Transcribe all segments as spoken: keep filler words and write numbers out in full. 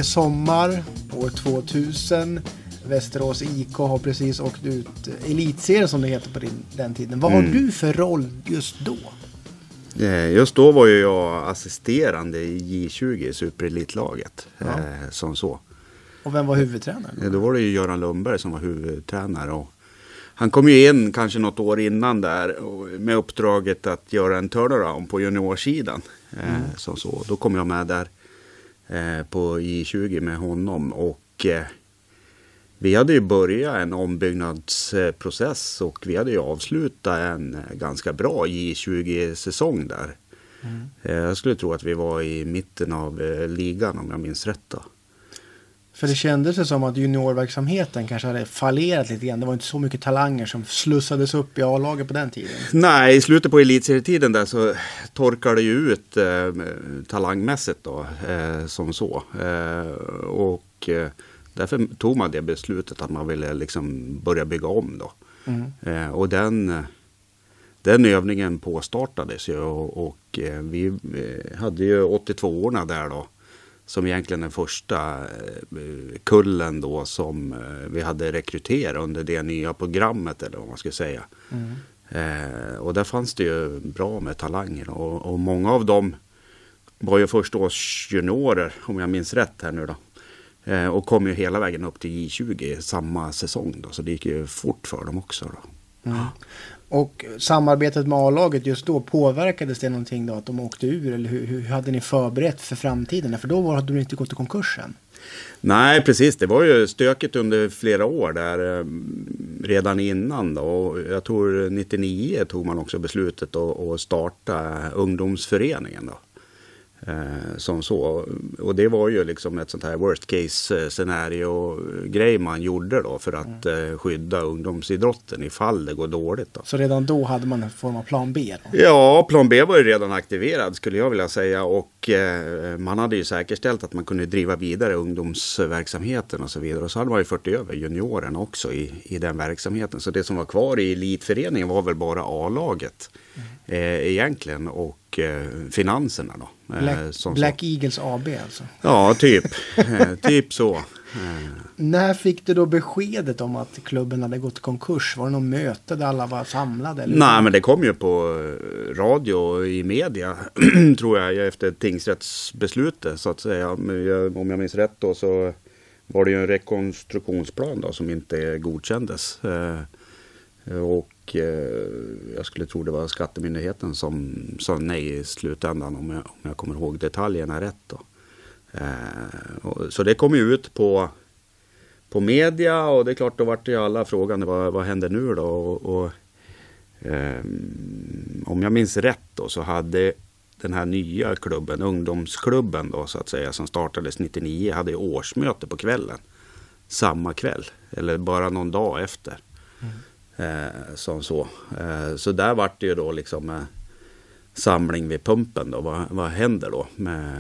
är sommar, år tvåtusen. Västerås I K har precis åkt ut elitserien som det heter på din, den tiden. Vad Mm. har du för roll just då? Just då var ju jag assisterande i J tjugo i superelitlaget. Ja. Eh, som så. Och vem var huvudtränare? Då? då var det ju Göran Lundberg som var huvudtränare. Och han kom ju in kanske något år innan där och med uppdraget att göra en turnaround på juniorsidan. Eh, Mm. som så. Då kom jag med där eh, på J tjugo med honom. Och eh, vi hade ju börjat en ombyggnadsprocess och vi hade ju avslutat en ganska bra J tjugo-säsong där. Mm. Jag skulle tro att vi var i mitten av ligan om jag minns rätt då. För det kändes det som att juniorverksamheten kanske hade fallerat lite grann. Det var inte så mycket talanger som slussades upp i A-laget på den tiden. Nej, i slutet på elitserietiden där så torkade det ju ut eh, talangmässigt då, eh, som så. Eh, och... Eh, Därför tog man det beslutet att man ville liksom börja bygga om då. Mm. Eh, och den, den övningen påstartades ju och, och eh, vi eh, hade ju åttiotvå-årna där då. Som egentligen den första eh, kullen då som eh, vi hade rekryterat under det nya programmet eller vad man ska säga. Mm. Eh, och där fanns det ju bra med talanger och, och många av dem var ju förstås juniorer om jag minns rätt här nu då. Eh, och kom ju hela vägen upp till J tjugo samma säsong då, så det gick ju fort för dem också då. Mm. Och samarbetet med A-laget just då, påverkades det någonting då att de åkte ur eller hur, hur hade ni förberett för framtiden? För då hade du inte gått till konkursen. Nej, precis. Det var ju stökigt under flera år där eh, redan innan då. Och jag tror nittionio tog man också beslutet att, att starta ungdomsföreningen då. Eh, som så. Och det var ju liksom ett sånt här worst case scenario grej man gjorde då för att mm. eh, skydda ungdomsidrotten ifall det går dåligt då. Så redan då hade man en form av plan B då? Ja, plan B var ju redan aktiverad skulle jag vilja säga och eh, man hade ju säkerställt att man kunde driva vidare ungdomsverksamheten och så vidare och så hade man ju fört över juniorerna också i, i den verksamheten. Så det som var kvar i elitföreningen var väl bara A-laget mm. eh, egentligen och eh, finanserna då. Black, som Black så. Eagles A B alltså? Ja, typ. typ så. När fick du då beskedet om att klubben hade gått i konkurs? Var det någon möte där alla var samlade? Eller? Nej, men det kom ju på radio och i media tror jag efter tingsrättsbeslutet så att säga. Om jag minns rätt då så var det ju en rekonstruktionsplan då som inte godkändes. Och jag skulle tro det var skattemyndigheten som sa nej i slutändan om jag, om jag kommer ihåg detaljerna rätt då. Eh, så det kom ju ut på, på media och det är klart då vart ju alla frågan vad, vad händer nu då och, och eh, om jag minns rätt då så hade den här nya klubben, ungdomsklubben då så att säga som startades nittionio hade årsmöte på kvällen samma kväll eller bara någon dag efter. Mm. Eh, som så. Eh, så där var det ju då liksom eh, samling vid pumpen då. Vad, vad händer då med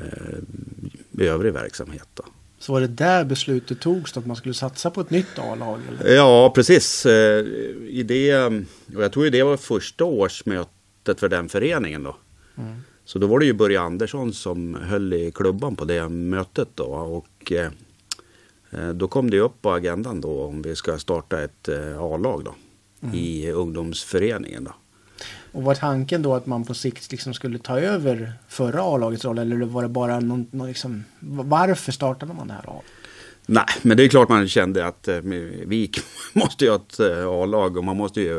eh, övrig verksamhet då? Så var det där beslutet togs att man skulle satsa på ett nytt A-lag? Eller? Ja, precis. Eh, i det, och jag tror ju det var första årsmötet för den föreningen då. Mm. Så då var det ju Börje Andersson som höll i klubban på det mötet då och eh, då kom det upp på agendan då om vi ska starta ett A-lag då mm. i ungdomsföreningen då. Och var tanken då att man på sikt liksom skulle ta över förra A-lagets roll eller var det bara någon, någon liksom, varför startade man det här A-laget? Nej, men det är klart man kände att eh, vi måste ju ha ett A-lag och man måste ju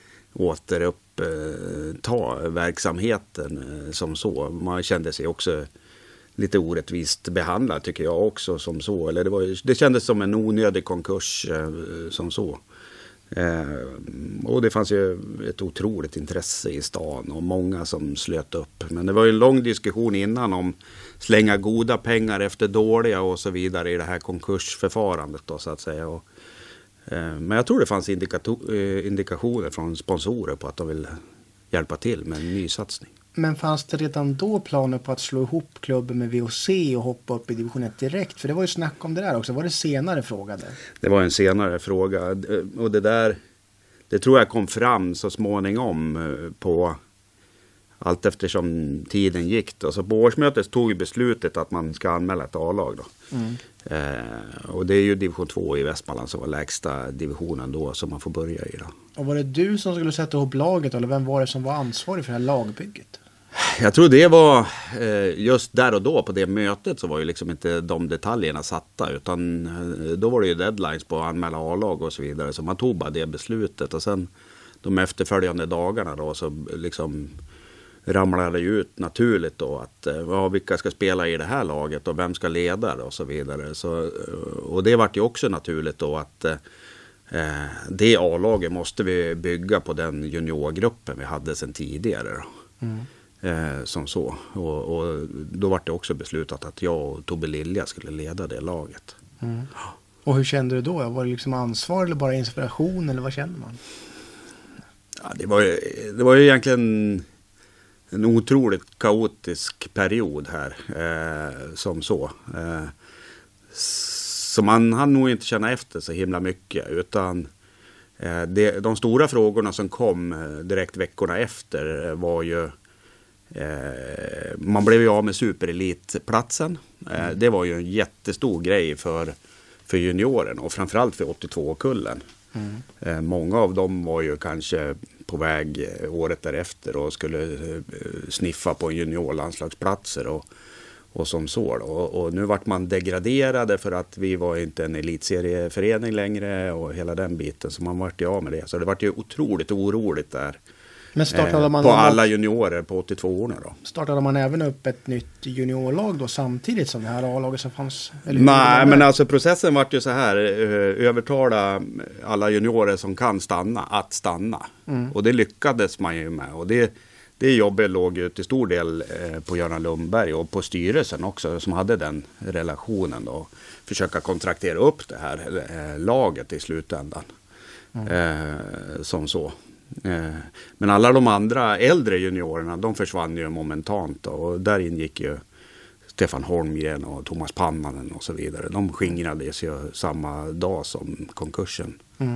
återuppta eh, verksamheten eh, som så. Man kände sig också lite orättvist behandlad tycker jag också som så. Eller det, var, det kändes som en onödig konkurs eh, som så. Eh, och det fanns ju ett otroligt intresse i stan och många som slöt upp. Men det var ju en lång diskussion innan om slänga goda pengar efter dåliga och så vidare i det här konkursförfarandet då så att säga. Och, eh, men jag tror det fanns indikator, eh, indikationer från sponsorer på att de vill hjälpa till med en ny satsning. Men fanns det redan då planer på att slå ihop klubben med V O C och hoppa upp i division ett direkt? För det var ju snack om det där också. Var det senare fråga där? Det var en senare fråga. Och det där, det tror jag kom fram så småningom på allt eftersom tiden gick då. Så på årsmötet tog ju beslutet att man ska anmäla ett A-lag då. Mm. Eh, och det är ju division två i Västmanland som var lägsta divisionen då som man får börja i då. Och var det du som skulle sätta ihop laget eller vem var det som var ansvarig för det här lagbygget? Jag tror det var eh, just där och då på det mötet så var ju liksom inte de detaljerna satta utan eh, då var det ju deadlines på att anmäla A-lag och så vidare så man tog bara det beslutet och sen de efterföljande dagarna då så liksom ramlade det ut naturligt då att ja, vilka ska spela i det här laget och vem ska leda det och så vidare. Så, och det vart ju också naturligt då att eh, det A-laget måste vi bygga på den juniorgruppen vi hade sedan tidigare då. Mm. Eh, som så. Och, och då vart det också beslutat att jag och Tobbe Lilja skulle leda det laget. Mm. Och hur kände du då? Var det liksom ansvar eller bara inspiration eller vad kände man? Ja, det var ju, det var ju egentligen en otroligt kaotisk period här eh, som så. Eh, så man hann nog inte känna efter så himla mycket utan eh, det, de stora frågorna som kom eh, direkt veckorna efter eh, var ju eh, man blev ju av med superelitplatsen. Eh, det var ju en jättestor grej för, för junioren och framförallt för åttiotvå-kullen. Mm. Eh, många av dem var ju kanske på väg året därefter och skulle eh, sniffa på juniorlandslagsplatser och, och som så. Och, och nu vart man degraderade för att vi var inte en elitserieförening längre och hela den biten. Så man vart ju av med det. Så det vart ju otroligt oroligt där. Men startade man på alla juniorer på åttiotvå-årna då. Startade man även upp ett nytt juniorlag då samtidigt som det här A-laget som fanns? Eller Nej, men alltså processen var ju så här. Övertala alla juniorer som kan stanna att stanna. Mm. Och det lyckades man ju med. Och det, det jobbet låg ju till stor del på Göran Lundberg och på styrelsen också som hade den relationen då. Försöka kontraktera upp det här laget i slutändan. Mm. Eh, som så. Men alla de andra äldre juniorerna de försvann ju momentant och där ingick ju Stefan Holmgren och Thomas Pannanen och så vidare. De skingrades ju samma dag som konkursen. Mm.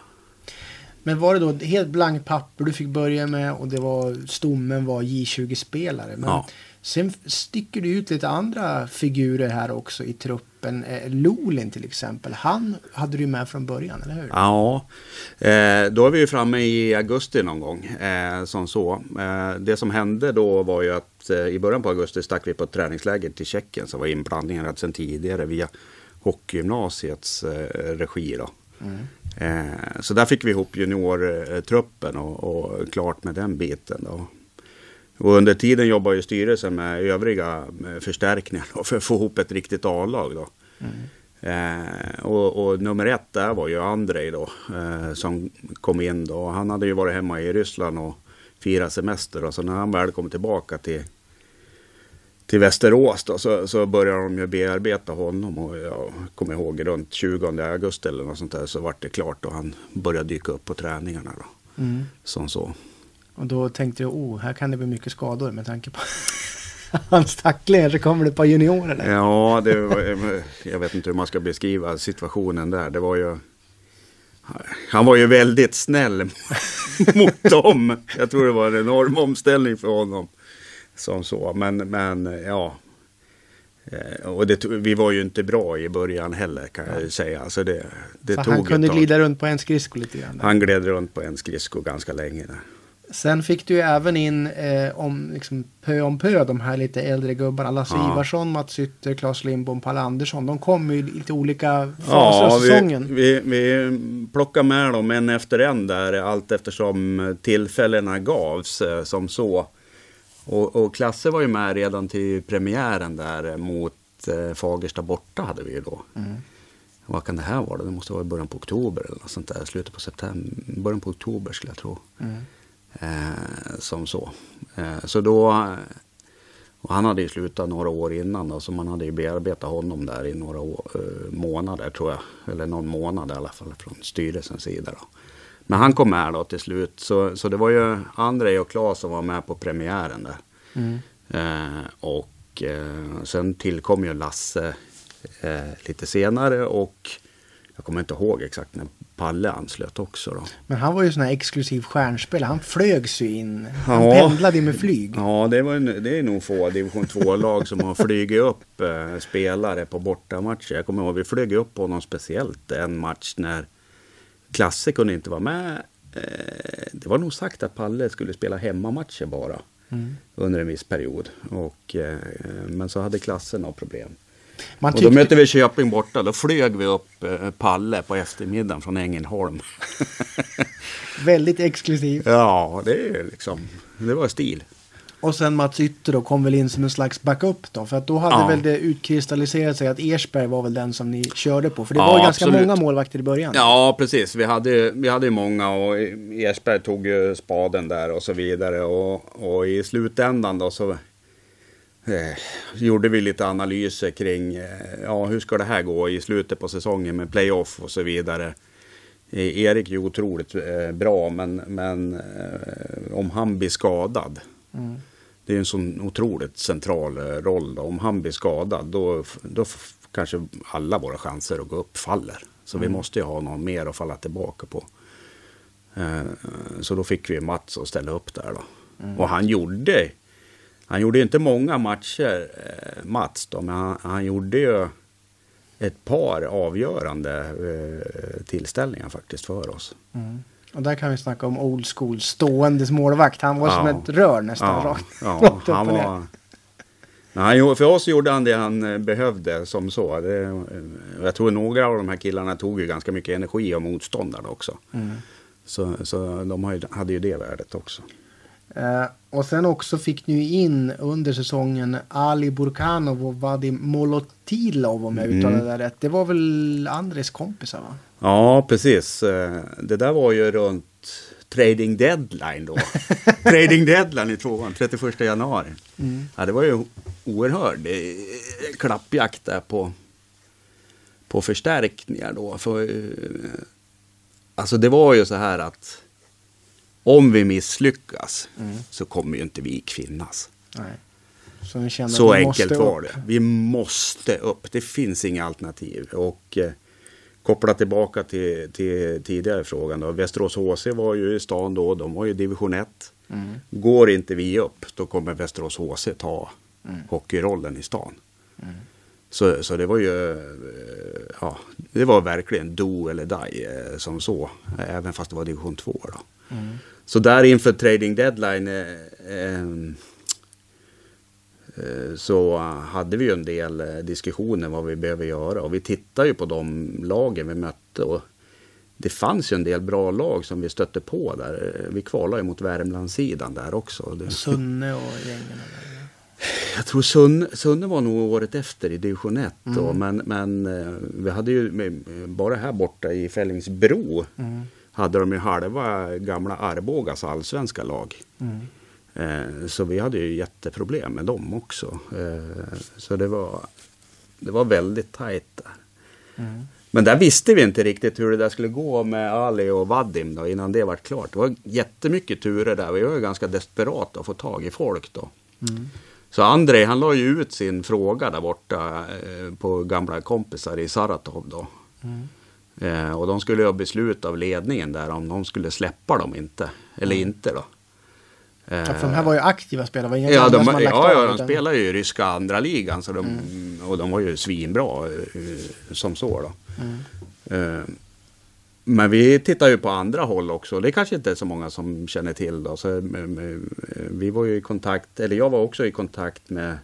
Men var det då helt blankt papper du fick börja med och det var stommen var J tjugo-spelare. Men ja. Sen sticker det ut lite andra figurer här också i truppen. Eh, Lolin till exempel. Han hade du med från början, eller hur? Ja, eh, då är vi ju framme i augusti någon gång. Eh, som så. Eh, det som hände då var ju att eh, i början på augusti stack vi på ett träningsläger till Tjeckien som var inplanerad sedan tidigare via hockeygymnasiets eh, regi då. Mm. Eh, så där fick vi ihop juniortruppen och, och klart med den biten då. Och under tiden jobbar ju styrelsen med övriga förstärkningar då, för att få ihop ett riktigt A-lag då. Mm. Eh, och, och nummer ett där var ju Andrej då eh, som kom in då. Han hade ju varit hemma i Ryssland och firat semester och så när han väl kom tillbaka till till Västerås då, så, så började de ju bearbeta honom och jag kommer ihåg runt tjugonde augusti eller något sånt där så var det klart och han började dyka upp på träningarna då. Mm. Som så. Och då tänkte jag, oh, här kan det bli mycket skador med tanke på hans tacklingar så kommer det ett par juniorer där. Ja, det var, jag vet inte hur man ska beskriva situationen där. Det var ju, han var ju väldigt snäll mot dem. Jag tror det var en enorm omställning för honom. Som så, men, men ja. Och det, vi var ju inte bra i början heller kan jag säga. Alltså det, det så tog han kunde glida runt på en skridsko lite grann. Han gled runt på en skridsko ganska länge där. Sen fick du ju även in eh, om liksom, pö om pö de här lite äldre gubbarna. Lasse ja. Ivarsson, Mats Ytter, Claes Lindbom, Palle Andersson. De kom ju i lite olika faser av säsongen. Vi, vi, vi plockar med dem en efter en där. Allt eftersom tillfällena gavs eh, som så. Och, och Klasse var ju med redan till premiären där mot eh, Fagersta borta hade vi ju då. Mm. Vad kan det här vara? Det måste vara i början på oktober eller något sånt där. Slutet på september. Början på oktober skulle jag tro. Mm. Eh, som så. Eh, så då, och han hade ju slutat några år innan då, så man hade ju bearbetat honom där i några år, eh, månader tror jag. Eller någon månad i alla fall från styrelsens sida då. Men han kom med då till slut. Så, så det var ju Andrej och Claes som var med på premiären där. Mm. Eh, och eh, sen tillkom ju Lasse eh, lite senare och jag kommer inte ihåg exakt när Palle anslöt också då. Men han var ju sån här exklusiv stjärnspelare. Han flögs ju in. Han Ja. pendlade med flyg. Ja, det, var en, det är nog få division två-lag som har flugit upp eh, spelare på bortamatcher. Jag kommer ihåg, vi flög upp på honom speciellt en match när Klasse kunde inte vara med. Eh, det var nog sagt att Palle skulle spela hemmamatcher bara mm. under en viss period. Och, eh, men så hade Klasse några problem. Man tyckte... Och då mötte vi Köping borta. Då flög vi upp eh, Palle på eftermiddagen från Ängelholm. Väldigt exklusiv. Ja, det är liksom, det var stil. Och sen Mats Ytter då kom väl in som en slags backup då. För att då hade ja. väl det utkristalliserat sig att Ersberg var väl den som ni körde på. För det ja, var ganska absolut. många målvakter i början. Ja, precis. Vi hade, vi hade många och Ersberg tog ju spaden där och så vidare. Och, och i slutändan då så eh, gjorde vi lite analyser kring eh, ja, hur ska det här gå i slutet på säsongen med playoff och så vidare. Eh, Erik är ju otroligt eh, bra men, men eh, om han blir skadad mm. det är en sån otroligt central roll då. Om han blir skadad då, då kanske alla våra chanser att gå upp faller. Så mm. vi måste ju ha någon mer att falla tillbaka på. Eh, så då fick vi Mats att ställa upp där då. Mm. Och han gjorde han gjorde inte många matcher eh, Mats då, men han, han gjorde ju ett par avgörande eh, tillställningar faktiskt för oss. Mm. Och där kan vi snacka om old school ståendes målvakt. Han var ja. som ett rör nästan ja. rakt. Ja, han var... Nej, för oss gjorde han det han behövde som så. Det, jag tror några av de här killarna tog ju ganska mycket energi av motståndarna också. Mm. Så, så de hade ju det värdet också. Uh, och sen också fick ni in under säsongen Ali Burkanov och Vadim Molotilov om jag uttalar mm. det rätt. Det var väl Andres kompisar va? Ja, precis. Det där var ju runt trading deadline då. Trading deadline i tvåan, trettioförsta januari. Mm. Ja, det var ju oerhörd klappjakt där på, på förstärkningar då. För, alltså det var ju så här att om vi misslyckas mm. så kommer ju inte vi finnas. Nej. Så, ni känner så enkelt var det. Vi måste upp. Det finns inga alternativ. Och eh, koppla tillbaka till, till tidigare frågan då. Västerås H C var ju i stan då. De var ju division ett. Mm. Går inte vi upp då kommer Västerås H C ta mm. hockeyrollen i stan. Mm. Så, så det var ju ja, det var verkligen do eller die som så. Även fast det var division två då. Mm. Så där inför trading deadline eh, eh, så hade vi ju en del diskussioner vad vi behöver göra. Och vi tittar ju på de lagen vi mötte. Och det fanns ju en del bra lag som vi stötte på där. Vi kvalade ju mot Värmlandssidan där också. Sunne och gängen. Jag tror Sunne, Sunne var nog året efter i division ett. Mm. Då, men, men vi hade ju bara här borta i Fällingsbro. Mm. Hade de ju halva gamla Arbogas allsvenska lag. Mm. Eh, så vi hade ju jätteproblem med dem också. Eh, så det var, det var väldigt tajt där. Mm. Men där visste vi inte riktigt hur det där skulle gå med Ali och Vadim då, innan det var klart. Det var jättemycket turer där. Vi var ju ganska desperata att få tag i folk då. Mm. Så Andrei, han la ju ut sin fråga där borta eh, på gamla kompisar i Saratov då. Mm. Eh, och de skulle ha beslut av ledningen där om de skulle släppa dem inte. Eller mm. inte då. Eh, ja, för de här var ju aktiva spelare. Var inga ja, de, som ja, ja, de utan... spelar ju i ryska andra ligan. Så de, mm. och de var ju svinbra eh, som så då. Mm. Eh, men vi tittar ju på andra håll också. Det är kanske inte så många som känner till då. Så, med, med, vi var ju i kontakt, eller jag var också i kontakt med.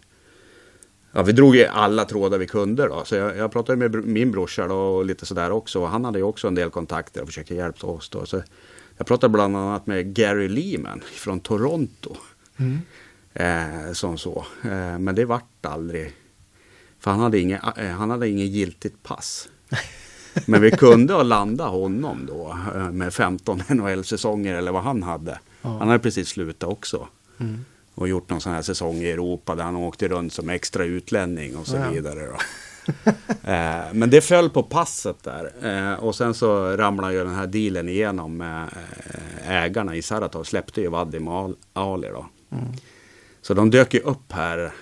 Ja, vi drog ju alla trådar vi kunde då. Så jag, jag pratade med min brorsa då och lite sådär också. Han hade ju också en del kontakter och försökte hjälpa oss då. Så jag pratade bland annat med Gary Lehman från Toronto. Mm. Eh, som så. Eh, men det vart aldrig. För han hade inget, eh, han hade inget giltigt pass. Men vi kunde ha landat honom då. Eh, med femton N H L-säsonger eller vad han hade. Ja. Han hade precis slutat också. Mm. Och gjort någon sån här säsong i Europa där han åkte runt som extra utlänning och så ja. vidare då. eh, men det föll på passet där. Eh, och sen så ramlade ju den här dealen igenom med eh, ägarna i Saratov. Släppte ju Vadim och Ali då. Mm. Så de dök ju upp här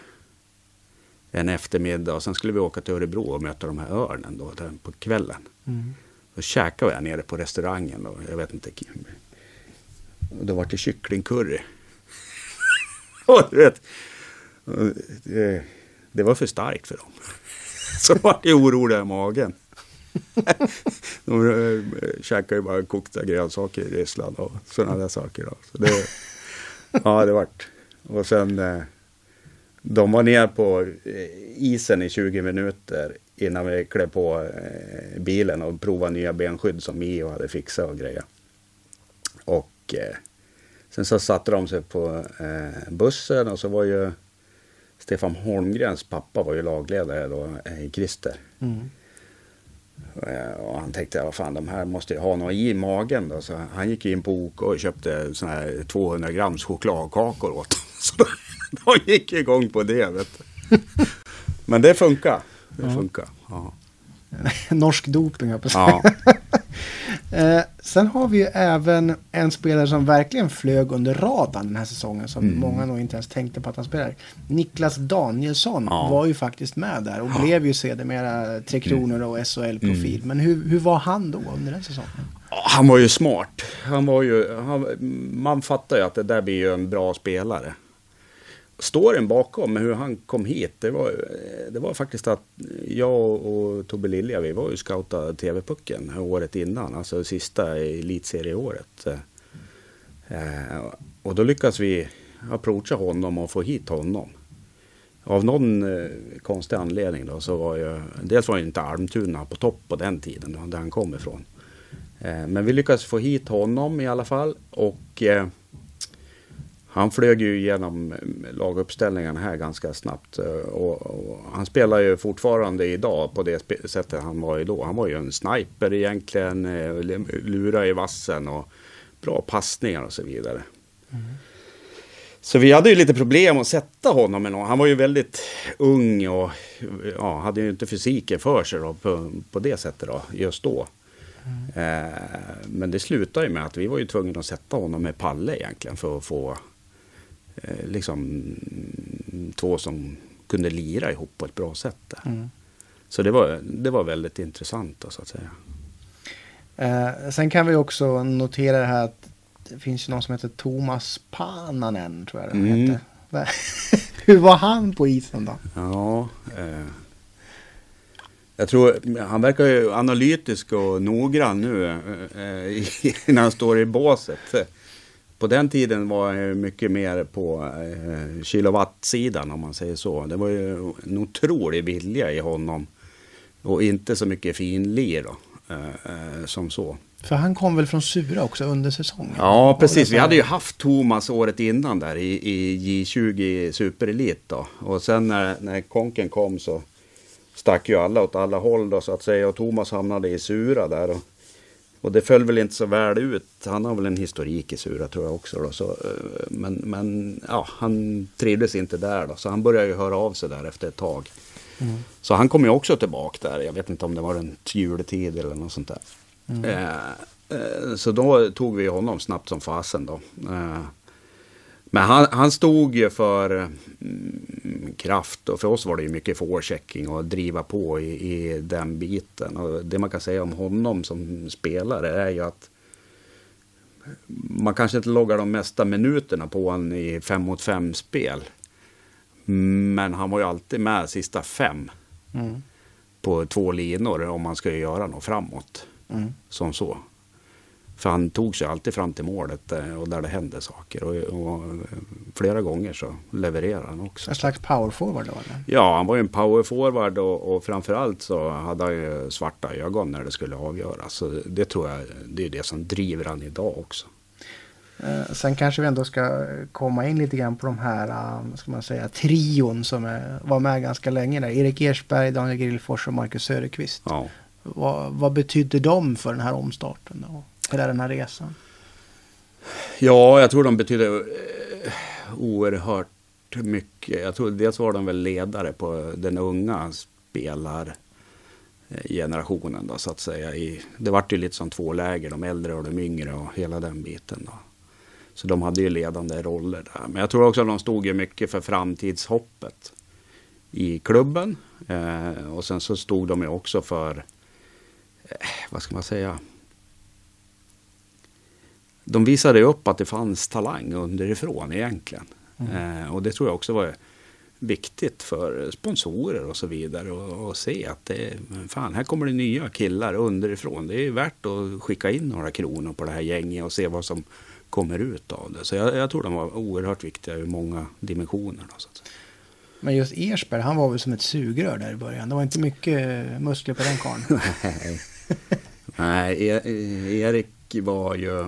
en eftermiddag. Och sen skulle vi åka till Örebro och möta de här örnen då där på kvällen. Mm. Så käkade jag nere på restaurangen och jag vet inte. Det var till kycklingcurry. Och du vet, det, det var för starkt för dem. Så var det oroliga i magen. De käkade ju bara kokta grönsaker i Ryssland och sådana där saker. Då. Så det, ja, det vart. Och sen de var ner på isen i tjugo minuter innan vi klev på bilen och provade nya benskydd som Mio hade fixat och grejer. Och sen så satte de sig på bussen och så var ju Stefan Holmgrens pappa var ju lagledare då, Christer. Mm. Och han tänkte, vad fan, de här måste ju ha något i magen då. Så han gick in på OK och köpte såna här tvåhundra grams chokladkakor åt. Så de, de gick igång på det, vet du. Men det funkar. Det ja. funkar. Ja. Norsk doping, jag på ja. eh, Sen har vi ju även en spelare som verkligen flög under radarn den här säsongen, som mm. många nog inte ens tänkte på att han spelar. Niklas Danielsson ja. var ju faktiskt med där och ja. blev ju sedermera Tre Kronor och S H L-profil. Mm. Men hur, hur var han då under den säsongen? Han var ju smart. Han var ju, han, man fattar ju att det där blir ju en bra spelare. Storyn bakom hur han kom hit, det var, det var faktiskt att jag och Tobbe Lilja, vi var ju scoutade T V-pucken året innan, alltså sista elitserieåret. Eh, och då lyckades vi approacha honom och få hit honom. Av någon eh, konstig anledning då, så var ju, dels var ju inte Almtuna på topp på den tiden då, där han kom ifrån. Eh, men vi lyckades få hit honom i alla fall, och eh, han flög ju igenom laguppställningarna här ganska snabbt. Och, och han spelar ju fortfarande idag på det sp- sättet han var ju då. Han var ju en sniper egentligen, lura i vassen och bra passningar och så vidare. Mm. Så vi hade ju lite problem att sätta honom med någon. Han var ju väldigt ung och ja, hade ju inte fysiken för sig då, på, på det sättet då, just då. Mm. Eh, men det slutade ju med att vi var ju tvungna att sätta honom med Palle egentligen för att få liksom två som kunde lira ihop på ett bra sätt där. Mm. Så det var, det var väldigt intressant då, så att säga. Eh, sen kan vi också notera det här att det finns ju någon som heter Thomas Pananen, tror jag det mm. heter. Hur var han på isen då? Ja, eh, jag tror han verkar ju analytisk och noggrann nu eh, när han står i båset. På den tiden var jag mycket mer på eh, kilowattsidan, om man säger så. Det var ju en otrolig vilja i honom. Och inte så mycket finlir då, eh, som så. För han kom väl från Sura också under säsongen? Ja, precis. Vi hade ju haft Thomas året innan där i, i J tjugo Superelit då. Och sen när, när Konken kom så stack ju alla åt alla håll då, så att säga. Och Thomas hamnade i Sura där och Och det föll väl inte så väl ut. Han har väl en historik i Sura, tror jag också. Då. Så, men men ja, han trivdes inte där då. Så han började ju höra av sig där efter ett tag. Mm. Så han kom ju också tillbaka där. Jag vet inte om det var en juletid eller något sånt där. Mm. Eh, eh, så då tog vi honom snabbt som fasen då. Eh, men han, han stod ju för mm, kraft, och för oss var det ju mycket forechecking och driva på i, i den biten. Och det man kan säga om honom som spelare är ju att man kanske inte loggar de mesta minuterna på han i fem mot fem spel. Men han var ju alltid med sista fem mm. på två linor om man ska göra något framåt. Mm. Som så. För han tog sig alltid fram till målet och där det hände saker. Och, och flera gånger så levererade han också. En slags powerforward då? Eller? Ja, han var ju en powerforward och, och framförallt så hade han ju svarta ögon när det skulle avgöras. Så det tror jag, det är det som driver han idag också. Eh, sen kanske vi ändå ska komma in lite grann på de här, um, ska man säga, trion som är, var med ganska länge där. Erik Ersberg, Daniel Grillfors och Marcus Söderqvist. Ja. Vad, vad betyder de för den här omstarten då? Hela den här resan? Ja, jag tror de betyder eh, oerhört mycket. Jag tror dels var de väl ledare på den unga spelargenerationen då, så att säga. I, det var ju lite som två läger, de äldre och de yngre och hela den biten då. Så de hade ju ledande roller där. Men jag tror också att de stod ju mycket för framtidshoppet i klubben. Eh, och sen så stod de ju också för vad ska man säga, de visade upp att det fanns talang underifrån egentligen. Mm. Eh, och det tror jag också var viktigt för sponsorer och så vidare. Och, och se att det, fan, här kommer det nya killar underifrån. Det är värt att skicka in några kronor på det här gänget och se vad som kommer ut av det. Så jag, jag tror de var oerhört viktiga i många dimensioner. Då, så att säga. Men just Ersberg, han var väl som ett sugrör där i början. Det var inte mycket muskler på den karln. Nej, nej e- Erik var ju...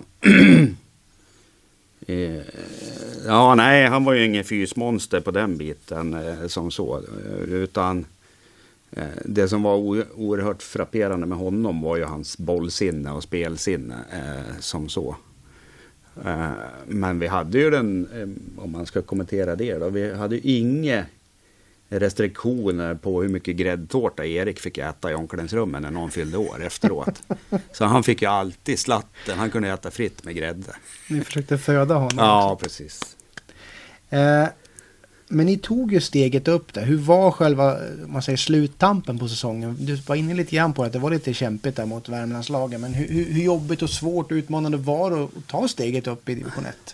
ja, nej, han var ju ingen fysmonster på den biten eh, som så. Utan eh, det som var o- oerhört frapperande med honom var ju hans bollsinne och spelsinne eh, som så. Eh, men vi hade ju den, eh, om man ska kommentera det då, vi hade ju inga restriktioner på hur mycket gräddtårta Erik fick äta i omklädningsrummen när någon fyllde år efteråt. Så han fick ju alltid slatten. Han kunde äta fritt med grädde. Ni försökte föda honom. Ja, också. precis. Eh, men ni tog ju steget upp där. Hur var själva, man säger, sluttampen på säsongen? Du var inne lite grann på att det var lite kämpigt där mot Värmlandslagen. Men hur, hur, hur jobbigt och svårt och utmanande var det att ta steget upp i division ett?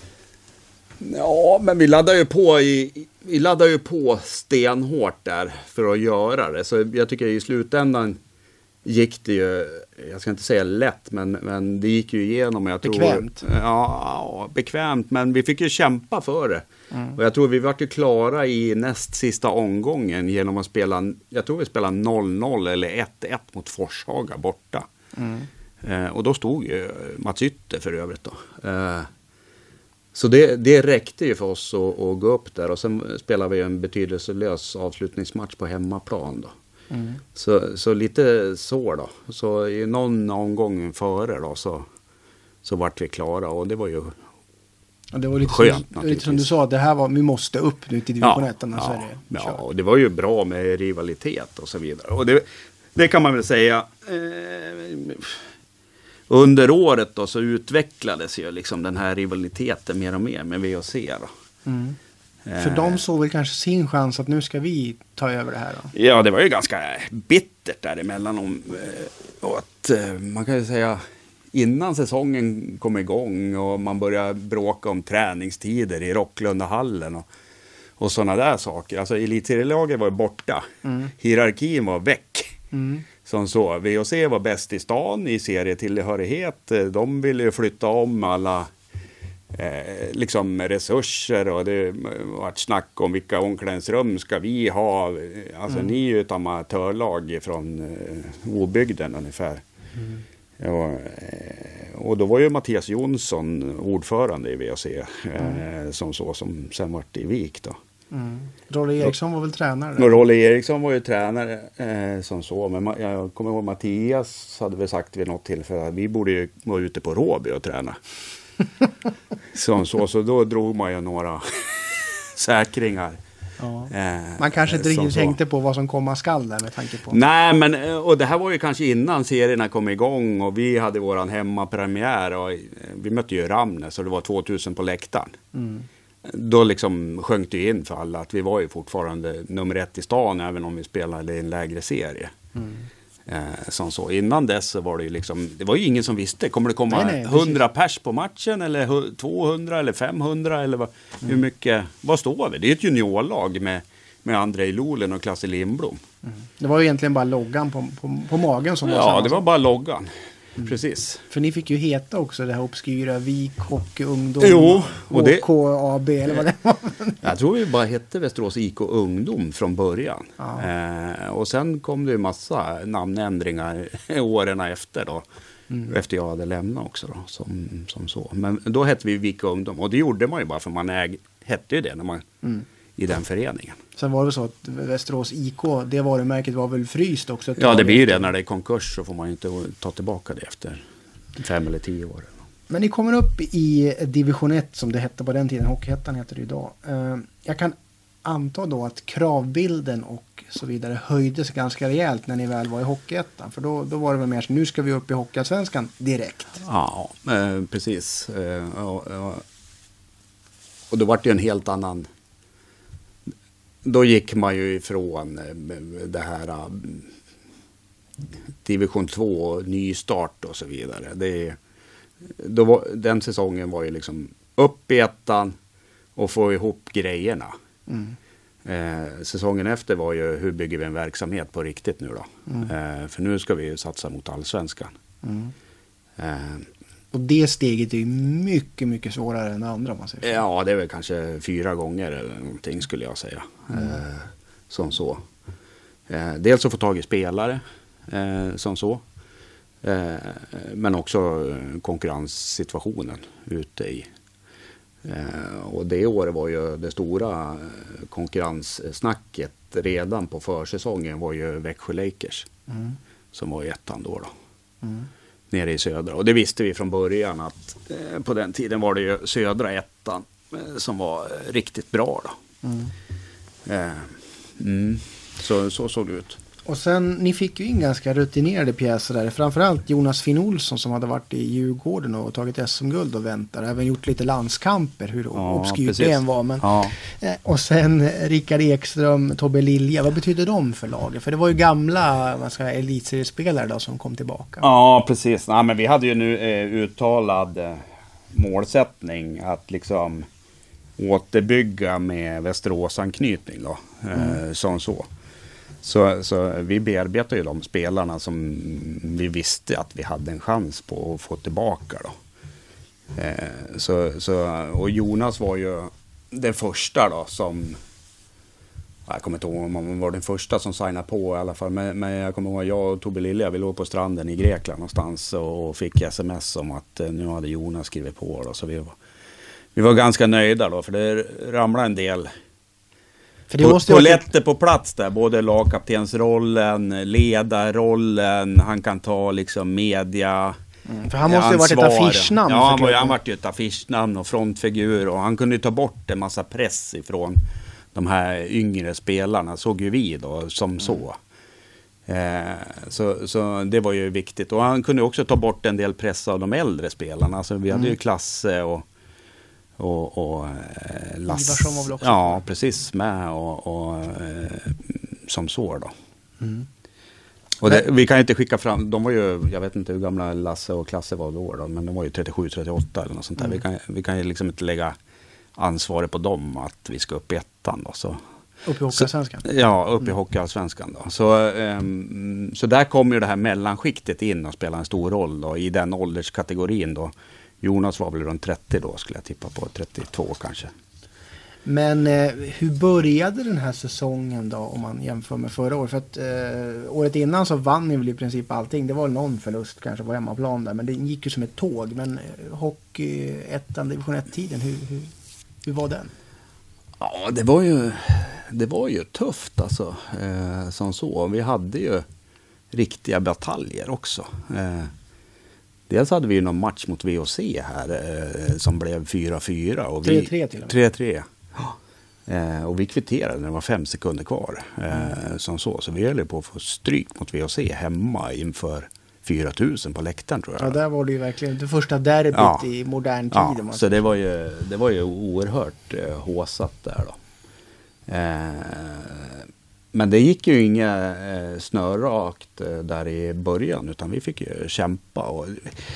Ja, men vi laddar ju på i, vi laddar ju på stenhårt där för att göra det. Så jag tycker i slutändan gick det ju, jag ska inte säga lätt, men, men det gick ju igenom. Jag tror, bekvämt. Ja, ja, bekvämt, men vi fick ju kämpa för det. Mm. Och jag tror vi var ju klara i näst sista omgången genom att spela, jag tror vi spelade noll noll eller ett ett mot Forshaga borta. Mm. Eh, och då stod ju Mats Ytter för övrigt då. Eh, Så det, det räckte ju för oss att, att gå upp där och sen spelade vi en betydelselös avslutningsmatch på hemmaplan då. Mm. Så, så lite så då. Så i någon omgång före då så, så vart vi klara och det var ju och det var lite skönt som, lite som du sa, det här var, vi måste upp nu till division ett. Ja, ja, ja, det, ja, och det var ju bra med rivalitet och så vidare. Och det, det kan man väl säga... Eh, Under året då så utvecklades ju liksom den här rivaliteten mer och mer med V och C då. Mm. Eh. För de såg väl kanske sin chans att nu ska vi ta över det här då? Ja, det var ju ganska bittert däremellan. Om, och att man kan ju säga innan säsongen kom igång och man började bråka om träningstider i Rocklundahallen och, och sådana där saker. Alltså elitserielaget var borta. Mm. Hierarkin var väck. Mm. Som så, V och C var bäst i stan i serietillhörighet. De ville flytta om alla eh, liksom resurser och det var ett snack om vilka omklädningsrum ska vi ha. Alltså mm. ni är ju ett amatörlag från eh, obygden ungefär. Mm. Ja, och då var ju Mattias Jonsson ordförande i V och C eh, mm. som så som sen vart i Vik då. Mm. Rolle Eriksson var väl tränare? Och Rolle Eriksson var ju tränare eh, som så. Men jag kommer ihåg Mattias hade väl sagt vid något tillfälle att vi borde ju vara ute på Råby och träna. som så, så då drog man ju några säkringar. Ja. Eh, man kanske inte riktigt tänkte på vad som komma skall där med tanke på. Nej, men och det här var ju kanske innan serierna kom igång och vi hade våran hemmapremiär och vi mötte ju Ramnes och det var tvåtusen på läktaren. Mm. Då liksom sjönk det in för alla att vi var ju fortfarande nummer ett i stan även om vi spelade i en lägre serie. Mm. Eh, som så. Innan dess så var det ju liksom, det var ju ingen som visste, kommer det komma nej, nej, hundra pers på matchen eller tvåhundra eller femhundra eller vad, mm. hur mycket, vad står vi? Det är ett juniorlag med, med Andrei Lolen och Klasse Lindblom. Mm. Det var ju egentligen bara loggan på, på, på magen som var ja, det var bara loggan. Mm. Precis. För ni fick ju heta också det här obskyra Vik Hockey Ungdom. Jo, och det K A B eller vad det var. Jag tror vi bara hette Västerås I K Ungdom från början. Ja. Eh, och sen kom det ju massa namnändringar åren efter då. Mm. Efter jag hade lämnat också då, som, som så. Men då hette vi Vik Ungdom och det gjorde man ju bara för man äg, hette ju det när man mm. i den föreningen. Sen var det så att Västerås I K, det varumärket var väl fryst också? Ja, det blir ju det. När det är konkurs så får man ju inte ta tillbaka det efter fem eller tio år. Men ni kommer upp i division ett som det hette på den tiden. Hockeyettan heter det idag. Jag kan anta då att kravbilden och så vidare höjdes ganska rejält när ni väl var i Hockeyettan. För då, då var det väl mer så nu ska vi upp i Hockeyallsvenskan direkt. Ja, eh, precis. Eh, och, och, och då var det ju en helt annan... Då gick man ju ifrån det här division två, nystart och så vidare. Det, då var, den säsongen var ju liksom upp i ettan och få ihop grejerna. Mm. Eh, säsongen efter var ju hur bygger vi en verksamhet på riktigt nu då. Mm. Eh, för nu ska vi ju satsa mot allsvenskan. Mm. Eh, och det steget är ju mycket, mycket svårare än det andra om man säger så. Ja, det är väl kanske fyra gånger eller någonting skulle jag säga. Mm. Eh, som så. Eh, dels att få tag i spelare eh, som så. Eh, men också konkurrenssituationen ute i. Eh, och det året var ju det stora konkurrenssnacket redan på försäsongen var ju Växjö Lakers. Mm. Som var i ettan då då. Mm. Nere i södra. Och det visste vi från början att eh, på den tiden var det ju södra ettan eh, som var riktigt bra då. Mm. Eh, mm. Så, så såg det ut. Och sen, ni fick ju in ganska rutinerade pjäser där. Framförallt Jonas Finn Olsson som hade varit i Djurgården och tagit S M-guld och väntar. Även gjort lite landskamper, hur ja, obskyrt det än var. Men, ja. eh, och sen Rickard Ekström, Tobbe Lilja. Vad betyder de för laget? För det var ju gamla vad ska jag, elitseriespelare då som kom tillbaka. Ja, precis. Nej, men vi hade ju nu eh, uttalad eh, målsättning att liksom återbygga med Västerås-anknytning då. Eh, mm. Som så. Så, så vi bearbetar ju de spelarna som vi visste att vi hade en chans på att få tillbaka då. Eh, så, så, och Jonas var ju den första då som, jag kommer inte ihåg om man var den första som signade på i alla fall, men, men jag kommer ihåg att jag och Tobbe Lilja, vi låg på stranden i Grekland någonstans och fick sms om att nu hade Jonas skrivit på då, så vi var, vi var ganska nöjda då, för det ramlade en del. För det måste Polette på plats där, både lagkaptensrollen, ledarrollen, han kan ta liksom media. Mm, för han måste ju varit ett affischnamn. Ja, han var, han var ju ett affischnamn och frontfigur och han kunde ju ta bort en massa press ifrån de här yngre spelarna, såg ju vi då som mm. så. Eh, så. Så det var ju viktigt och han kunde också ta bort en del press av de äldre spelarna. Alltså vi hade mm. ju Klasse och och, och eh, Lasse var väl också. Ja, precis med och, och eh, som så då. Mm. Och det, vi kan ju inte skicka fram, de var ju, jag vet inte hur gamla Lasse och Klasse var då, då men de var ju trettiosju trettioåtta eller något sånt där. Mm. Vi kan vi kan ju liksom inte lägga ansvaret på dem att vi ska upp i ettan då, så upp i Hockeyallsvenskan. Ja, upp i mm. Hockeyallsvenskan då. Så um, så där kommer ju det här mellanskiktet in och spelar en stor roll då i den ålderskategorin då. Jonas var väl runt trettio då, skulle jag tippa på. trettiotvå kanske. Men eh, hur började den här säsongen då, om man jämför med förra året? För att eh, året innan så vann ni väl i princip allting. Det var någon förlust kanske på hemmaplan där, men det gick ju som ett tåg. Men eh, hockey, ettan, division ett-tiden, hur, hur, hur var den? Ja, det var ju, det var ju tufft alltså. Eh, som så. Vi hade ju riktiga bataljer också. Eh, Dels hade vi ju någon match mot V O C här eh, som blev fyra fyra. Och tre tre till och med. tre tre. Eh, och vi kvitterade när det var fem sekunder kvar. Eh, mm. som så. Så vi höll på att få stryk mot V O C hemma inför fyra tusen på läktaren, tror jag. Ja, där var det ju verkligen det första derbyt ja. i modern tid. Ja, så det var ju, det var ju oerhört eh, håsat där då. Eh, Men det gick ju inga eh, snörrakt eh, där i början, utan vi fick ju kämpa. Och,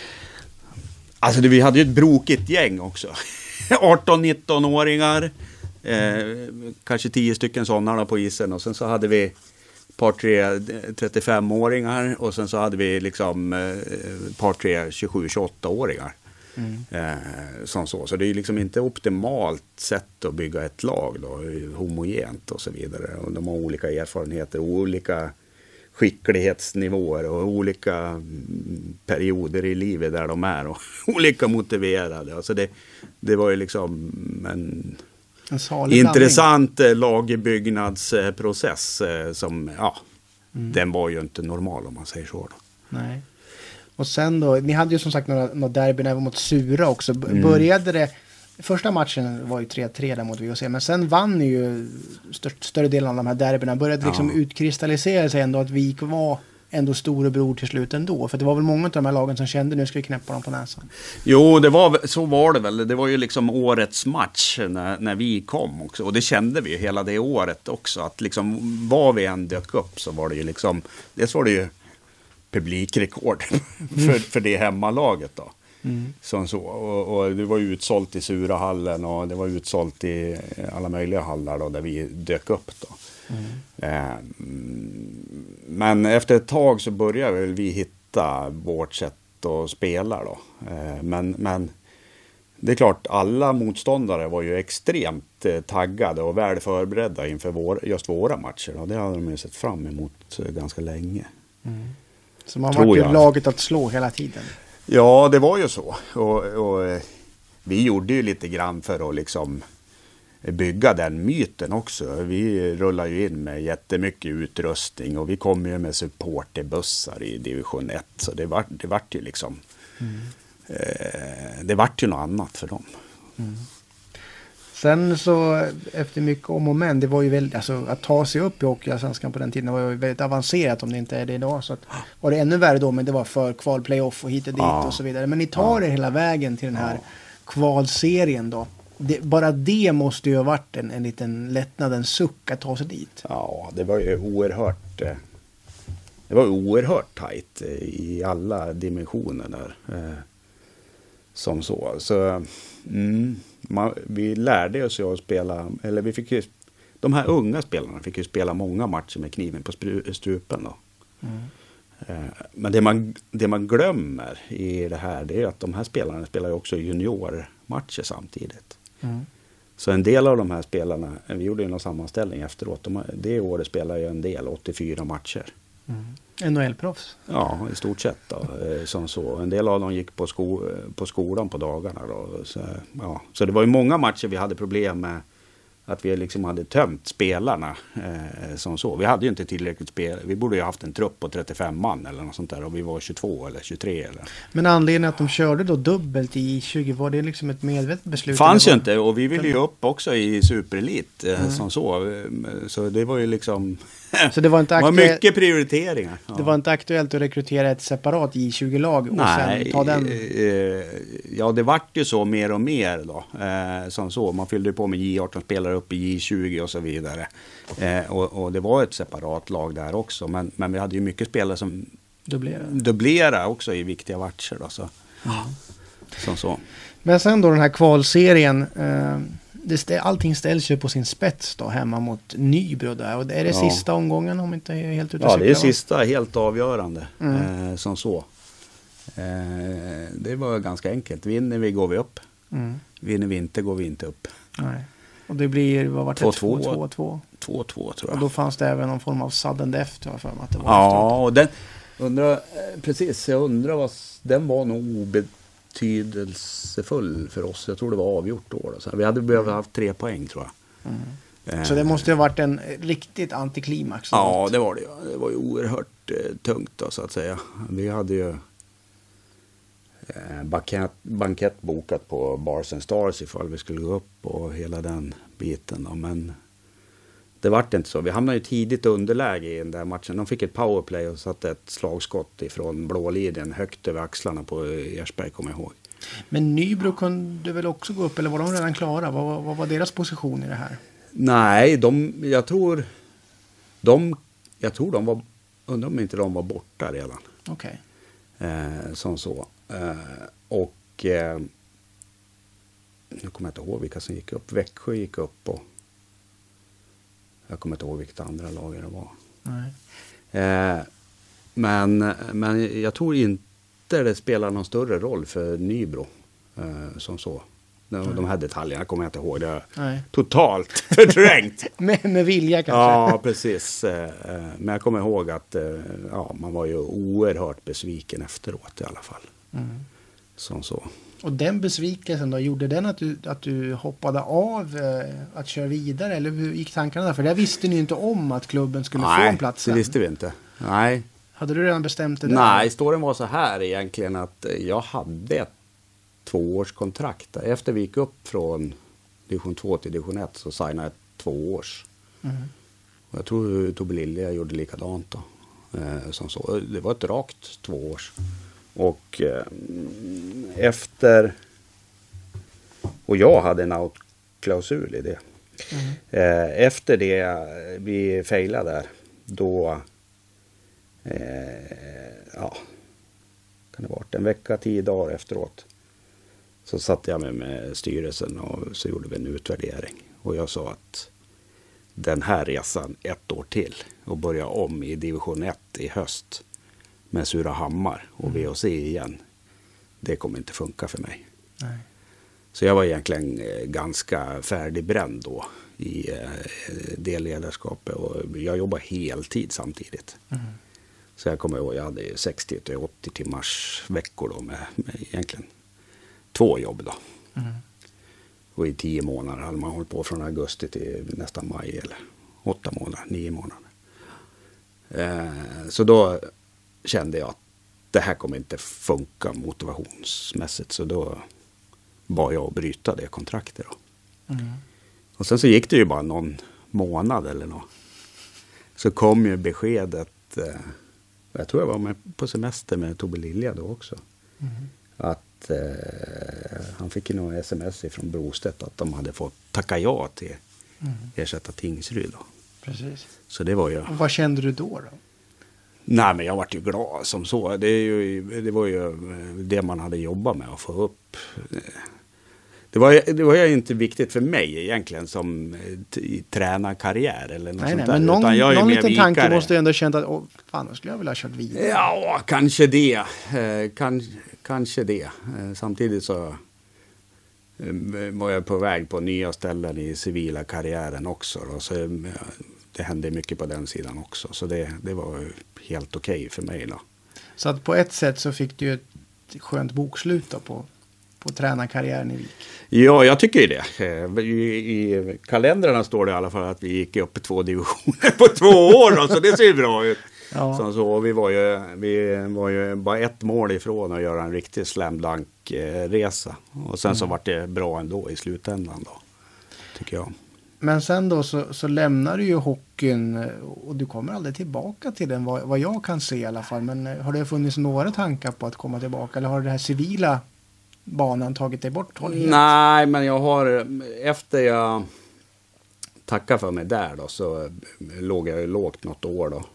alltså det, vi hade ju ett brokigt gäng också. arton-nitton-åringar, eh, kanske tio stycken sådana på isen. Och sen så hade vi ett par tre trettiofem-åringar och sen så hade vi liksom eh, par tre tjugosju-tjugoåtta-åringar. Mm. Eh, som så. Så det är liksom inte optimalt sätt att bygga ett lag då, homogent och så vidare. Och de har olika erfarenheter, olika skicklighetsnivåer och olika perioder i livet där de är och olika motiverade. Alltså det, det var ju liksom en, en intressant blandning. Lagbyggnadsprocess som, ja, mm. den var ju inte normal om man säger så då. Nej. Och sen då, ni hade ju som sagt några, några derbyn även mot Sura också. B- mm. Började det, första matchen var ju tre tre där mot V O C, men sen vann ni ju störst, större delen av de här derbyna. Började ja. liksom utkristallisera sig ändå att vi var ändå storebror till slut ändå. För det var väl många av de här lagen som kände nu ska vi knäppa dem på näsan. Jo, det var, så var det väl. Det var ju liksom årets match när, när vi kom också. Och det kände vi ju hela det året också. Att liksom var vi än dök upp så var det ju liksom, dels var det ju publikrekord för, för det hemmalaget då. Mm. Som så. Och, och det var utsålt i Surahallen och det var utsålt i alla möjliga hallar då, där vi dök upp då. Mm. Eh, men efter ett tag så började vi hitta vårt sätt att spela då. Eh, men, men det är klart, alla motståndare var ju extremt eh, taggade och väl förberedda inför vår, just våra matcher. Och det hade de ju sett fram emot eh, ganska länge. Mm. Så man var ju laget att slå hela tiden. Ja, det var ju så. Och, och eh, vi gjorde ju lite grann för att liksom bygga den myten också. Vi rullar ju in med jättemycket utrustning och vi kommer ju med supporterbussar i division ett. Så det var det vart ju liksom mm. eh, det vart ju något annat för dem. Mm. Sen så efter mycket om och men, det var ju väldigt, alltså att ta sig upp i Hockeyallsvenskan på den tiden var ju väldigt avancerat om det inte är det idag. Så att, var det ännu värre då, men det var för kval, playoff och hit och dit ja. och så vidare. Men ni tar ja. er hela vägen till den här ja. kvalserien då. Det, bara det måste ju ha varit en, en liten lättnad, en suck att ta sig dit. Ja, det var ju oerhört eh, det var oerhört tajt eh, i alla dimensioner där. Eh, som så. Så mm, man, vi lärde oss ju att spela, eller vi fick ju, de här unga spelarna fick ju spela många matcher med kniven på strupen då. Mm. Eh, men det man, det man glömmer i det här, det är att de här spelarna spelar ju också juniormatcher samtidigt. Mm. Så en del av de här spelarna, vi gjorde ju någon sammanställning efteråt, de, det året spelar ju en del, åttiofyra matcher. Mm. N H L-proffs? Ja, i stort sett då, som så. En del av dem gick på, sko, på skolan på dagarna då. Så, ja. Så det var ju många matcher vi hade problem med att vi liksom hade tömt spelarna eh, som så. Vi hade ju inte tillräckligt spel. Vi borde ju haft en trupp på trettiofem man eller något sånt där och vi var tjugotvå eller tjugotre. Eller. Men anledningen att de körde då dubbelt i tjugo, var det liksom ett medvetet beslut? Fanns ju inte och vi ville ju upp också i superelit eh, mm. som så. Så det var ju liksom... Så det var inte aktuellt, det var mycket prioriteringar. Ja. Det var inte aktuellt att rekrytera ett separat J tjugo-lag och Nej, sen ta den? Eh, ja, det vart ju så mer och mer då. Eh, som så. Man fyllde på med J arton spelare upp i J tjugo och så vidare. Eh, och, och det var ett separat lag där också. Men, men vi hade ju mycket spelare som dubblera, dubblera också i viktiga matcher. Då, så. Ja. Som så. Men sen då den här kvalserien... Eh, Det, allting ställs ju på sin spets då hemma mot Nybro där. Och är det ja. sista omgången om inte är helt ute Ja, cykla, det är va? sista helt avgörande mm. eh, som så. Eh, det var ganska enkelt. Vinner vi går vi upp. Mm. Vinner vi inte går vi inte upp. Nej. Och det blir, vad var det? två två två två tror jag. Och då fanns det även någon form av sudden death tror jag för mig att det var. Ja, och den undrar, precis, jag undrar vad, den var nog betydelsefull för oss. Jag tror det var avgjort då. Så vi hade behövt haft tre poäng tror jag. Mm. Eh. Så det måste ha varit en riktigt antiklimax. Ja, något. Det var det. Det var ju oerhört eh, tungt då, så att säga. Vi hade ju eh, bankett, bankett bokat på Bars and Stars ifall vi skulle gå upp och hela den biten då. Men det vart inte så. Vi hamnade ju tidigt underläge i den där matchen. De fick ett powerplay och satte ett slagskott ifrån blålinjen högt över axlarna på Ersberg, kommer jag ihåg. Men Nybro kunde väl också gå upp, eller var de redan klara? Vad, vad var deras position i det här? Nej, de, jag tror de, jag tror de var, undrar om inte de var borta redan. Okej. Okay. Eh, som så. Eh, och eh, nu kommer jag inte ihåg vilka som gick upp. Växjö gick upp och jag kommer inte ihåg vilket andra lag det var. Nej. Eh, men, men jag tror inte det spelar någon större roll för Nybro. Eh, som så. De, de här detaljerna kommer jag inte ihåg. Det är Nej. totalt förträngt. med, med vilja kanske. Ja, precis. Eh, men jag kommer ihåg att eh, ja, man var ju oerhört besviken efteråt i alla fall. Mm. Som så. Och den besvikelsen då, gjorde den att du, att du hoppade av eh, att köra vidare? Eller hur gick tankarna där? För där visste ni ju inte om att klubben skulle Nej, få en plats. Nej, det visste vi inte. Nej. Hade du redan bestämt det där? Nej, storyn var så här egentligen att jag hade ett tvåårskontrakt. Efter vi gick upp från division två till division ett så signade jag ett tvåårs. Mm. Och jag tror Tobbe Lilja gjorde likadant då. Eh, som så. Det var ett rakt tvåårs. Och eh, efter och jag hade en outklausul i det. Mm. Eh, efter det vi failade där, då eh, ja, kan det ha varit en vecka, tio dagar efteråt. Så satte jag mig med styrelsen och så gjorde vi en utvärdering. Och jag sa att den här resan ett år till och börja om i division ett i höst med Surahammar och V O C igen. Det kommer inte funka för mig. Nej. Så jag var egentligen ganska färdigbränd då i det ledarskapet. Och jag jobbade heltid samtidigt. Mm. Så jag kommer ihåg, jag hade sextio till åttio timmars veckor då med, med egentligen två jobb då. Mm. Och i tio månader hade man hållit på från augusti till nästan maj eller åtta månader, nio månader. Eh, så då kände jag att det här kommer inte funka motivationsmässigt. Så då bad jag att bryta det kontraktet då. Mm. Och sen så gick det ju bara någon månad eller något. Så kom ju beskedet, eh, jag tror jag var med på semester med Tobbe Lilja då också. Mm. Att eh, han fick ju någon sms ifrån Brostedt att de hade fått tacka ja till mm. ersätta Tingsryd då. Precis. Så det var ju... Och vad kände du då då? Nej, men jag var ju glad som så. Det, är ju, det var ju det man hade jobbat med att få upp. Det var, det var ju inte viktigt för mig egentligen som t- tränarkarriär eller något nej, sånt nej, där. Men någon, jag någon liten tanke vikare. Måste ju ändå känt att åh, fan, då skulle jag vilja ha kört vidare. Ja, kanske det. Eh, kan, kanske det. Eh, samtidigt så eh, var jag på väg på nya ställen i civila karriären också. Då, så eh, det hände mycket på den sidan också. Så det, det var helt okej okay för mig då. Så att på ett sätt så fick du ju ett skönt bokslut då på, på tränarkarriären i Vik. Ja, jag tycker ju det. I, i kalendrarna står det i alla fall att vi gick upp i två divisioner på två år. Då, så det ser bra ut. Ja. Så, så, vi, var ju, vi var ju bara ett mål ifrån att göra en riktig slam dunk resa. Och sen mm. så var det bra ändå i slutändan då, tycker jag. Men sen då så, så lämnar du ju hockeyn och du kommer aldrig tillbaka till den vad, vad jag kan se i alla fall. Men har det funnits några tankar på att komma tillbaka eller har det här civila banan tagit dig bort? Nej, men jag har efter jag tackade för mig där då så låg jag lågt något år då.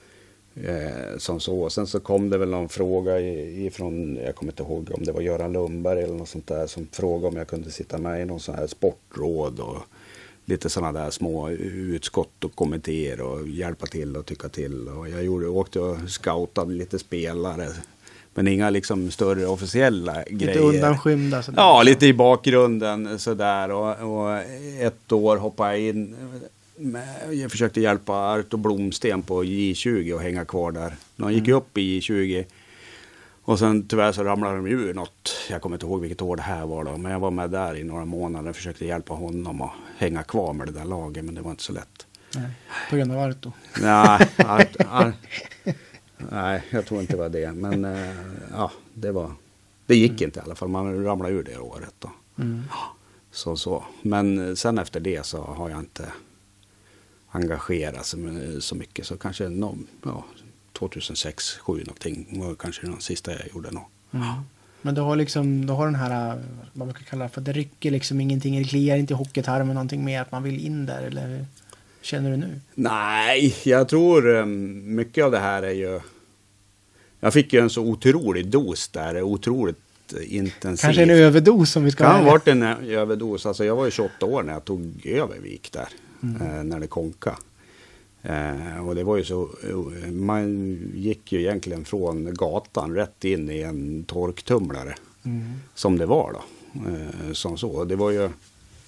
Eh, som så. Sen så kom det väl någon fråga ifrån, jag kommer inte ihåg om det var Göran Lundberg eller något sånt där som frågade om jag kunde sitta med i någon sån här sportråd och lite sådana där små utskott och kommentera och hjälpa till och tycka till. Och jag gjorde, åkte och scoutade lite spelare. Men inga liksom större officiella lite grejer. Lite undanskymda. Sådär. Ja, lite i bakgrunden sådär. Och, och ett år hoppade jag in. Jag försökte hjälpa Arto Blomsten på J tjugo och hänga kvar där. De gick mm. upp i J tjugo. Och sen tyvärr så ramlade de ur något. Jag kommer inte ihåg vilket år det här var då. Men jag var med där i några månader och försökte hjälpa honom att hänga kvar med det där laget. Men det var inte så lätt. Nej, på grund av Arto. Nej, Art, Art, nej, jag tror inte det var det. Men äh, ja, det var... Det gick mm. inte i alla fall. Man ramlade ur det året då. Mm. Så, så. Men sen efter det så har jag inte engagerat sig så mycket. Så kanske någon... Ja, tjugohundrasex sju någonting var kanske den sista jag gjorde nog. Mm. Men du har liksom, du har den här, vad man kan kalla för, det rycker liksom ingenting, det kliar inte i hockeytarmen någonting mer att man vill in där, eller hur känner du nu? Nej, jag tror mycket av det här är ju, jag fick ju en så otrolig dos där, otroligt intensivt. Kanske en överdos som vi ska ha. Det kan ha varit en överdos, alltså jag var ju tjugoåtta år när jag tog över Vik där, mm. när det konka. Eh, och det var ju så, man gick ju egentligen från gatan rätt in i en torktumlare mm. som det var då. Eh, som så. Det var ju,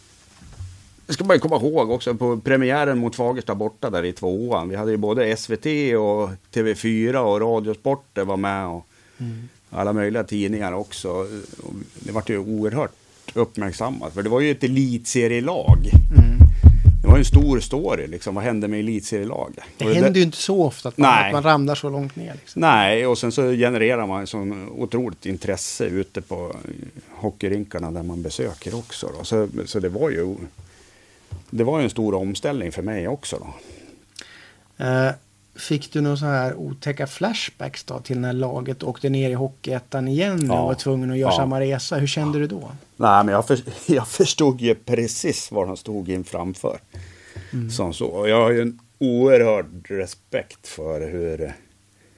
jag ska bara komma ihåg också på premiären mot Fagersta borta där i tvåan. Vi hade ju både S V T och T V fyra och Radiosporter var med och mm. alla möjliga tidningar också. Och det var ju oerhört uppmärksammat för det var ju ett elitserielag. Mm. Det var en stor story, liksom. Vad hände med elitserielaget? Det händer det... ju inte så ofta att man, att man ramlar så långt ner. Liksom. Nej, och sen så genererar man sån otroligt intresse ute på hockeyrinkarna där man besöker också. Då. Så, så det var ju det var ju en stor omställning för mig också. Då. Uh, fick du några så här otäcka flashbacks då till när laget åkte ner i hockeyettan igen ja. och var tvungen att göra ja. samma resa? Hur kände ja. du då? Nej, men jag, för, jag förstod ju precis vad de stod in framför. Mm. Som så. Och jag har ju en oerhörd respekt för hur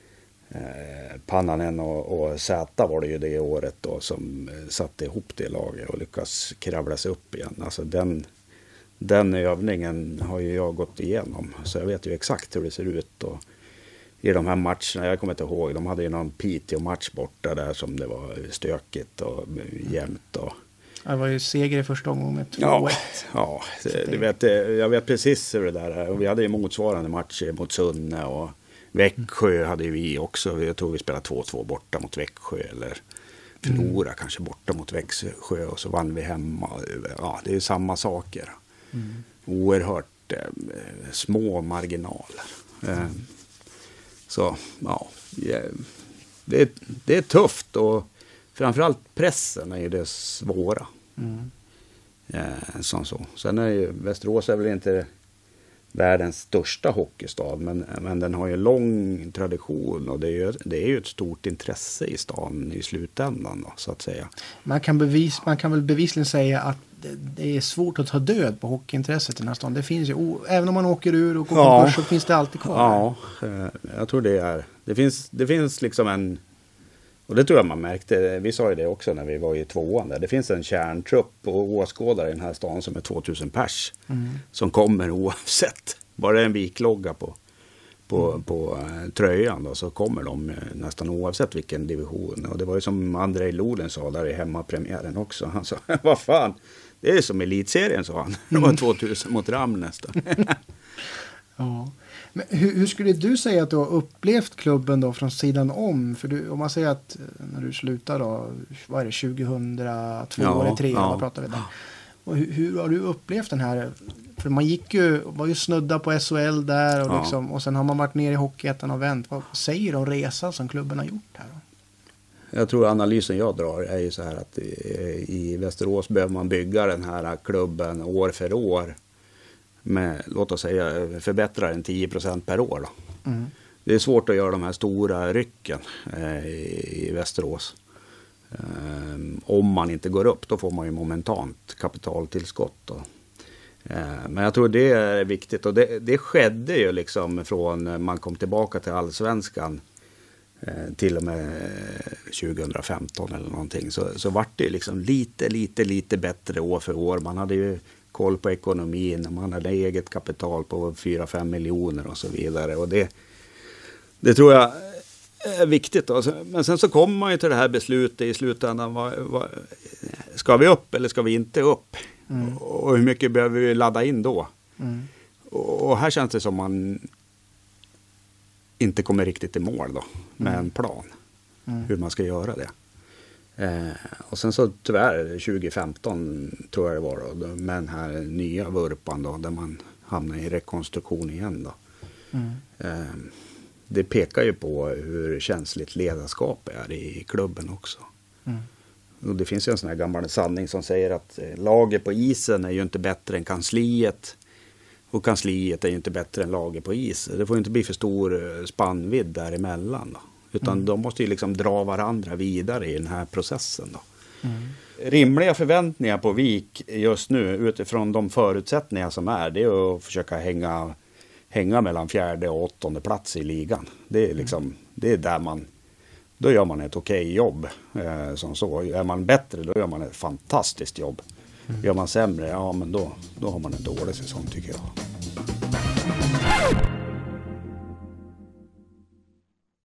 eh, Pannanen och, och Zäta var det ju det året då som satte ihop det laget och lyckas kravla sig upp igen. Alltså den, den övningen har ju jag gått igenom, så jag vet ju exakt hur det ser ut. Och i de här matcherna, jag kommer inte ihåg, de hade ju någon Piteå-match borta där som det var stökigt och jämnt. Och det var ju seger i första omgången med två ett. Ja, ja det, du vet, jag vet precis hur det där är. Och vi hade ju motsvarande matcher mot Sunne och Växjö hade ju vi också. Jag tror vi spelade två två borta mot Växjö eller förlora mm. kanske borta mot Växjö och så vann vi hemma. Ja, det är ju samma saker. Mm. Oerhört eh, små marginaler. Eh, så, ja, det är, det är tufft och framförallt pressen är ju det svåra. Mm. Eh, som så. Sen är ju Västerås är väl inte världens största hockeystad, men, men den har ju lång tradition och det är ju, det är ju ett stort intresse i stan i slutändan då, så att säga. Man kan, bevis, man kan väl bevisligen säga att det, det är svårt att ta död på hockeyintresset i den här stan. Det finns ju, o, även om man åker ur och går ja. på börs så finns det alltid kvar. Ja, eh, jag tror det är. Det finns, det finns liksom en, och det tror jag man märkte, vi sa ju det också när vi var i tvåan där. Det finns en kärntrupp och åskådare i den här stan som är tvåtusen pers. Mm. Som kommer oavsett. Bara en viklogga på, på, mm. på uh, tröjan då, så kommer de uh, nästan oavsett vilken division. Och det var ju som Andrei Loden sa där i hemmapremiären också. Han sa, vad fan, det är som elitserien, sa han. Det var tvåtusen mot Ram nästan. Ja. Men hur, hur skulle du säga att du har upplevt klubben då från sidan om? För du, om man säger att när du slutar då, vad är det, tjugohundratvå ja, eller tre, ja. vad pratar vi där? Och hur, hur har du upplevt den här? För man gick ju, var ju snudda på S H L där och, ja. liksom, och sen har man varit ner i Hockeyettan och vänt. Vad säger du om resan som klubben har gjort här då? Jag tror analysen jag drar är ju så här att i, i Västerås behöver man bygga den här klubben år för år. Med, låt oss säga, förbättra den tio procent per år då. Mm. Det är svårt att göra de här stora rycken eh, i, i Västerås. Eh, om man inte går upp, då får man ju momentant kapitaltillskott då. Eh, men jag tror det är viktigt, och det, det skedde ju liksom från man kom tillbaka till Allsvenskan eh, till och med tjugohundrafemton eller någonting, så, så vart det liksom lite, lite, lite bättre år för år. Man hade ju koll på ekonomin, man hade eget kapital på fyra fem miljoner och så vidare, och det, det tror jag är viktigt då. Men sen så kommer man ju till det här beslutet i slutändan, vad, vad, ska vi upp eller ska vi inte upp? Mm. Och hur mycket behöver vi ladda in då? Mm. Och, och här känns det som man inte kommer riktigt i mål då med mm. en plan mm. hur man ska göra det. Eh, och sen så tyvärr tjugohundrafemton tror jag det var då, med den här nya vurpan då, där man hamnar i rekonstruktion igen då. Mm. Eh, det pekar ju på hur känsligt ledarskap är i klubben också. Mm. Och det finns ju en sån här gammal sanning som säger att laget på isen är ju inte bättre än kansliet, och kansliet är ju inte bättre än laget på is. Det får ju inte bli för stor spannvidd däremellan då. Utan mm. de måste ju liksom dra varandra vidare i den här processen då. Mm. Rimliga förväntningar på Vik just nu utifrån de förutsättningar som är, det är att försöka hänga, hänga mellan fjärde och åttonde plats i ligan. Det är liksom, mm. det är där man, då gör man ett okej jobb. Eh, som så. Är man bättre, då gör man ett fantastiskt jobb. Mm. Gör man sämre, ja men då, då har man en dålig säsong tycker jag.